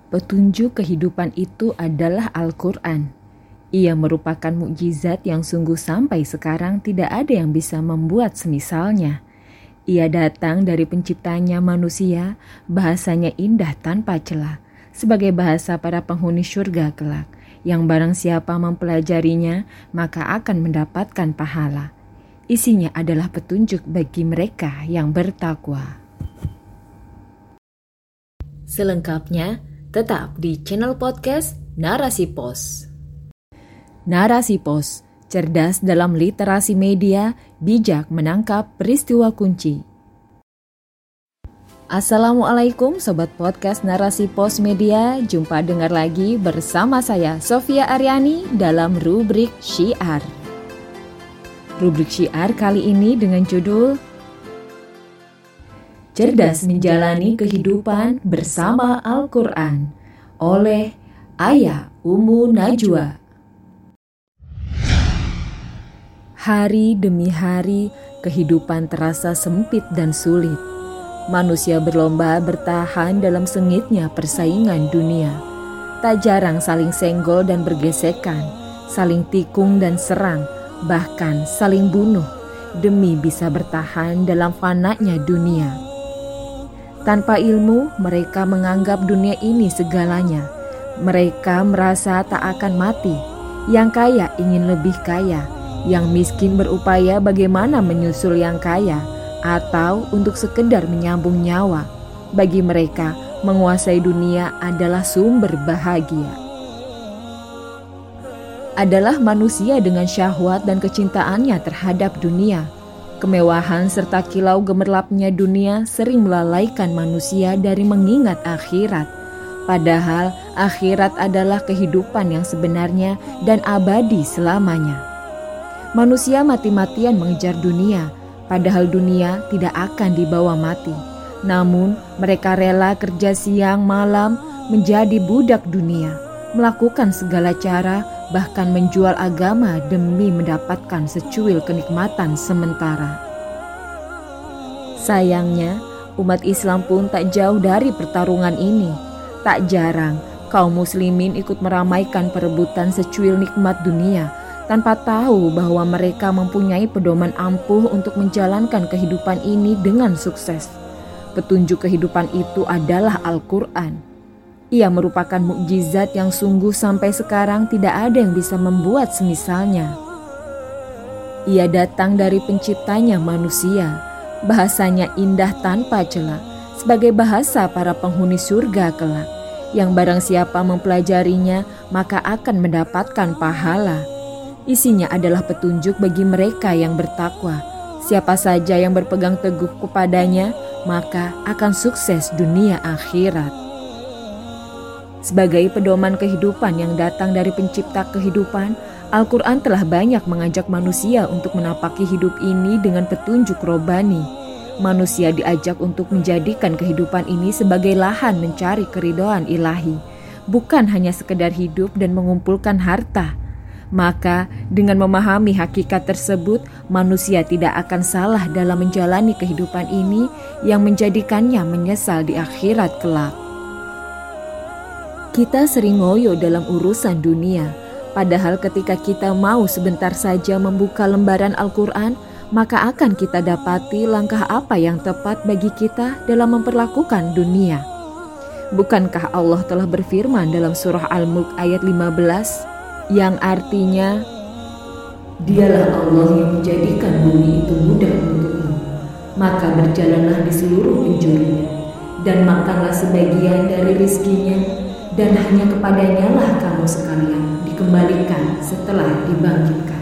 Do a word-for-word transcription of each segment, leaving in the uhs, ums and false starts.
Petunjuk kehidupan itu adalah Al-Quran. Ia merupakan mukjizat yang sungguh sampai sekarang tidak ada yang bisa membuat semisalnya. Ia datang dari penciptanya manusia, bahasanya indah tanpa celah, sebagai bahasa para penghuni syurga kelak, yang barang siapa mempelajarinya, maka akan mendapatkan pahala. Isinya adalah petunjuk bagi mereka yang bertakwa. Selengkapnya, tetap di channel podcast Narasi Pos. Narasi Pos, cerdas dalam literasi media, bijak menangkap peristiwa kunci. Assalamualaikum Sobat Podcast Narasi Pos Media, jumpa dengar lagi bersama saya Sofia Aryani dalam rubrik Syiar. Rubrik Syiar kali ini dengan judul Cerdas Menjalani Kehidupan Bersama Al-Quran oleh Ayah Ummu Najwa. Hari demi hari, kehidupan terasa sempit dan sulit. Manusia berlomba bertahan dalam sengitnya persaingan dunia. Tak jarang saling senggol dan bergesekan, saling tikung dan serang, bahkan saling bunuh demi bisa bertahan dalam fananya dunia. Tanpa ilmu, mereka menganggap dunia ini segalanya. Mereka merasa tak akan mati. Yang kaya ingin lebih kaya, yang miskin berupaya bagaimana menyusul yang kaya, atau untuk sekedar menyambung nyawa. Bagi mereka, menguasai dunia adalah sumber bahagia. Adalah manusia dengan syahwat dan kecintaannya terhadap dunia. Kemewahan serta kilau gemerlapnya dunia sering melalaikan manusia dari mengingat akhirat. Padahal akhirat adalah kehidupan yang sebenarnya dan abadi selamanya. Manusia mati-matian mengejar dunia, padahal dunia tidak akan dibawa mati. Namun mereka rela kerja siang malam menjadi budak dunia, melakukan segala cara, bahkan menjual agama demi mendapatkan secuil kenikmatan sementara. Sayangnya, umat Islam pun tak jauh dari pertarungan ini. Tak jarang, kaum muslimin ikut meramaikan perebutan secuil nikmat dunia, tanpa tahu bahwa mereka mempunyai pedoman ampuh untuk menjalankan kehidupan ini dengan sukses. Petunjuk kehidupan itu adalah Al-Quran. Ia merupakan mukjizat yang sungguh sampai sekarang tidak ada yang bisa membuat semisalnya. Ia datang dari penciptanya manusia, bahasanya indah tanpa celah, sebagai bahasa para penghuni surga kelak, yang barang siapa mempelajarinya maka akan mendapatkan pahala. Isinya adalah petunjuk bagi mereka yang bertakwa. Siapa saja yang berpegang teguh kepadanya maka akan sukses dunia akhirat. Sebagai pedoman kehidupan yang datang dari pencipta kehidupan, Al-Quran telah banyak mengajak manusia untuk menapaki hidup ini dengan petunjuk robani. Manusia diajak untuk menjadikan kehidupan ini sebagai lahan mencari keridhaan ilahi, bukan hanya sekedar hidup dan mengumpulkan harta. Maka dengan memahami hakikat tersebut, manusia tidak akan salah dalam menjalani kehidupan ini yang menjadikannya menyesal di akhirat kelak. Kita sering ngoyo dalam urusan dunia, padahal ketika kita mau sebentar saja membuka lembaran Al-Quran, maka akan kita dapati langkah apa yang tepat bagi kita dalam memperlakukan dunia. Bukankah Allah telah berfirman dalam surah Al-Mulk ayat lima belas, yang artinya, Dialah Allah yang menjadikan bumi itu mudah untukmu, maka berjalanlah di seluruh penjurinya, dan makanlah sebagian dari rizkinya, dan hanya kepadanya lah kamu sekalian dikembalikan setelah dibangkitkan.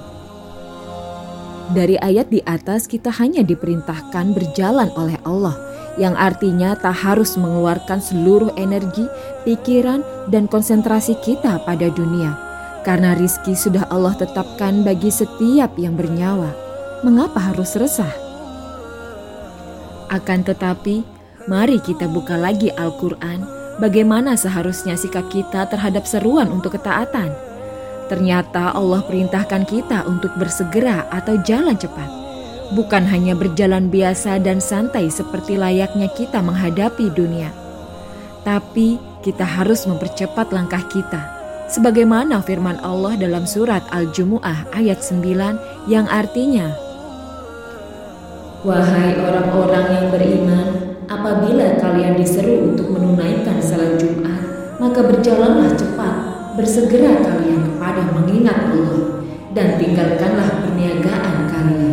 Dari ayat di atas kita hanya diperintahkan berjalan oleh Allah, yang artinya tak harus mengeluarkan seluruh energi, pikiran, dan konsentrasi kita pada dunia. Karena rizki sudah Allah tetapkan bagi setiap yang bernyawa. Mengapa harus resah? Akan tetapi, mari kita buka lagi Al-Quran. Bagaimana seharusnya sikap kita terhadap seruan untuk ketaatan? Ternyata Allah perintahkan kita untuk bersegera atau jalan cepat. Bukan hanya berjalan biasa dan santai seperti layaknya kita menghadapi dunia. Tapi kita harus mempercepat langkah kita. Sebagaimana firman Allah dalam surat Al-Jumu'ah ayat sembilan yang artinya, "Wahai orang-orang yang beriman, apabila kalian diseru untuk menunaikan salat Jumat, maka berjalanlah cepat, bersegera kalian kepada mengingat Allah, dan tinggalkanlah perniagaan kalian."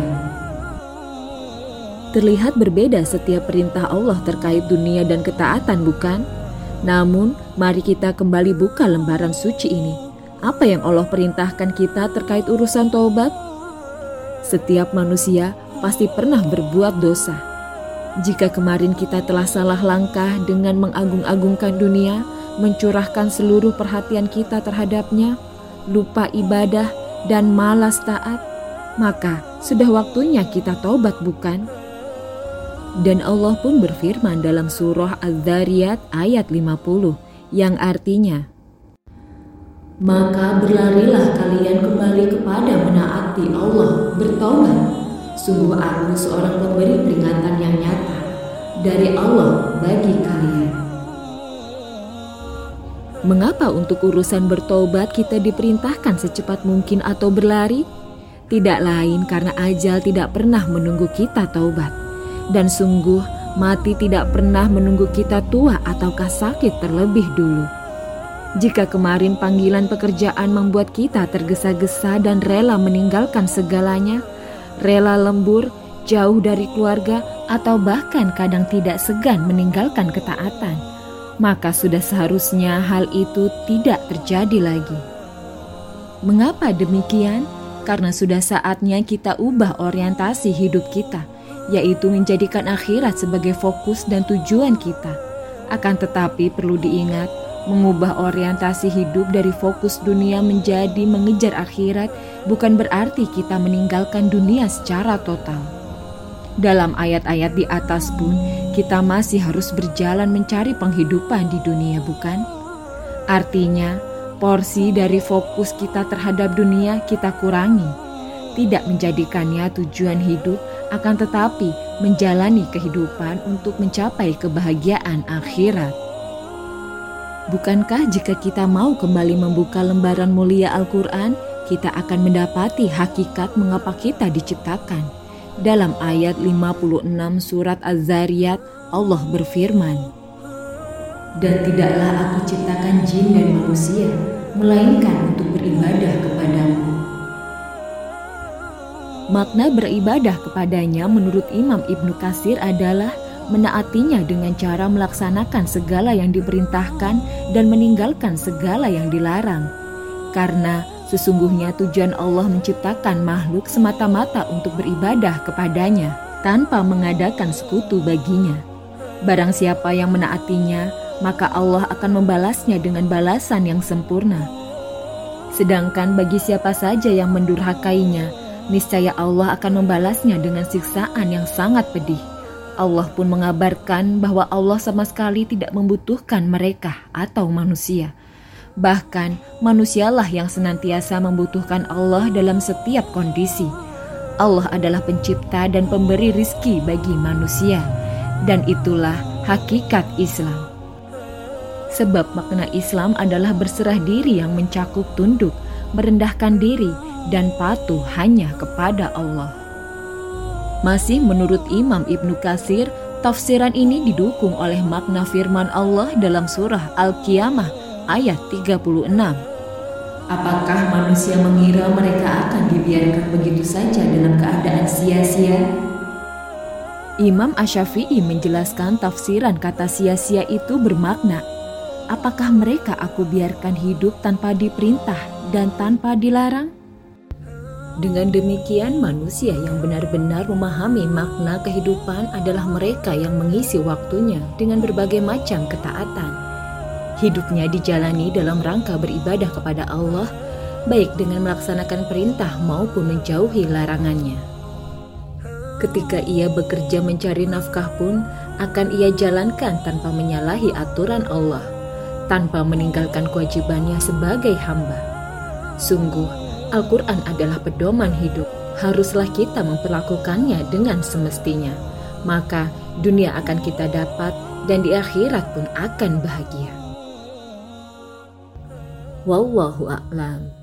Terlihat berbeda setiap perintah Allah terkait dunia dan ketaatan, bukan? Namun, mari kita kembali buka lembaran suci ini. Apa yang Allah perintahkan kita terkait urusan taubat? Setiap manusia pasti pernah berbuat dosa. Jika kemarin kita telah salah langkah dengan mengagung-agungkan dunia, mencurahkan seluruh perhatian kita terhadapnya, lupa ibadah, dan malas taat, maka sudah waktunya kita taubat, bukan? Dan Allah pun berfirman dalam surah Az-Zariyat ayat lima puluh yang artinya, "Maka berlarilah kalian kembali kepada menaati Allah, bertaubat. Sungguh aku seorang pemberi peringatan yang nyata dari Allah bagi kalian." Mengapa untuk urusan bertobat kita diperintahkan secepat mungkin atau berlari? Tidak lain karena ajal tidak pernah menunggu kita taubat. Dan sungguh mati tidak pernah menunggu kita tua ataukah sakit terlebih dulu. Jika kemarin panggilan pekerjaan membuat kita tergesa-gesa dan rela meninggalkan segalanya, rela lembur, jauh dari keluarga, atau bahkan kadang tidak segan meninggalkan ketaatan, maka sudah seharusnya hal itu tidak terjadi lagi. Mengapa demikian? Karena sudah saatnya kita ubah orientasi hidup kita, yaitu menjadikan akhirat sebagai fokus dan tujuan kita. Akan tetapi perlu diingat, mengubah orientasi hidup dari fokus dunia menjadi mengejar akhirat bukan berarti kita meninggalkan dunia secara total. Dalam ayat-ayat di atas pun, kita masih harus berjalan mencari penghidupan di dunia, bukan? Artinya, porsi dari fokus kita terhadap dunia kita kurangi. Tidak menjadikannya tujuan hidup, akan tetapi menjalani kehidupan untuk mencapai kebahagiaan akhirat. Bukankah jika kita mau kembali membuka lembaran mulia Al-Quran, kita akan mendapati hakikat mengapa kita diciptakan? Dalam ayat lima puluh enam surat Az-Zariyat, Allah berfirman, "Dan tidaklah aku ciptakan jin dan manusia, melainkan untuk beribadah kepadamu." Makna beribadah kepadanya menurut Imam Ibnu Katsir adalah menaatinya dengan cara melaksanakan segala yang diperintahkan dan meninggalkan segala yang dilarang. Karena sesungguhnya tujuan Allah menciptakan makhluk semata-mata untuk beribadah kepadanya, tanpa mengadakan sekutu baginya. Barang siapa yang menaatinya, maka Allah akan membalasnya dengan balasan yang sempurna. Sedangkan bagi siapa saja yang mendurhakainya, niscaya Allah akan membalasnya dengan siksaan yang sangat pedih. Allah pun mengabarkan bahwa Allah sama sekali tidak membutuhkan mereka atau manusia. Bahkan manusialah yang senantiasa membutuhkan Allah dalam setiap kondisi. Allah adalah pencipta dan pemberi rizki bagi manusia. Dan itulah hakikat Islam. Sebab makna Islam adalah berserah diri yang mencakup tunduk, merendahkan diri, dan patuh hanya kepada Allah. Masih menurut Imam Ibnu Katsir, tafsiran ini didukung oleh makna firman Allah dalam surah Al-Qiyamah ayat tiga puluh enam. Apakah manusia mengira mereka akan dibiarkan begitu saja dalam keadaan sia-sia? Imam Asy-Syafi'i menjelaskan tafsiran kata sia-sia itu bermakna, apakah mereka aku biarkan hidup tanpa diperintah dan tanpa dilarang? Dengan demikian, manusia yang benar-benar memahami makna kehidupan adalah mereka yang mengisi waktunya dengan berbagai macam ketaatan. Hidupnya dijalani dalam rangka beribadah kepada Allah, baik dengan melaksanakan perintah maupun menjauhi larangannya. Ketika ia bekerja mencari nafkah pun, akan ia jalankan tanpa menyalahi aturan Allah, tanpa meninggalkan kewajibannya sebagai hamba. Sungguh, Al-Quran adalah pedoman hidup, haruslah kita memperlakukannya dengan semestinya. Maka dunia akan kita dapat dan di akhirat pun akan bahagia. Wallahu a'lam.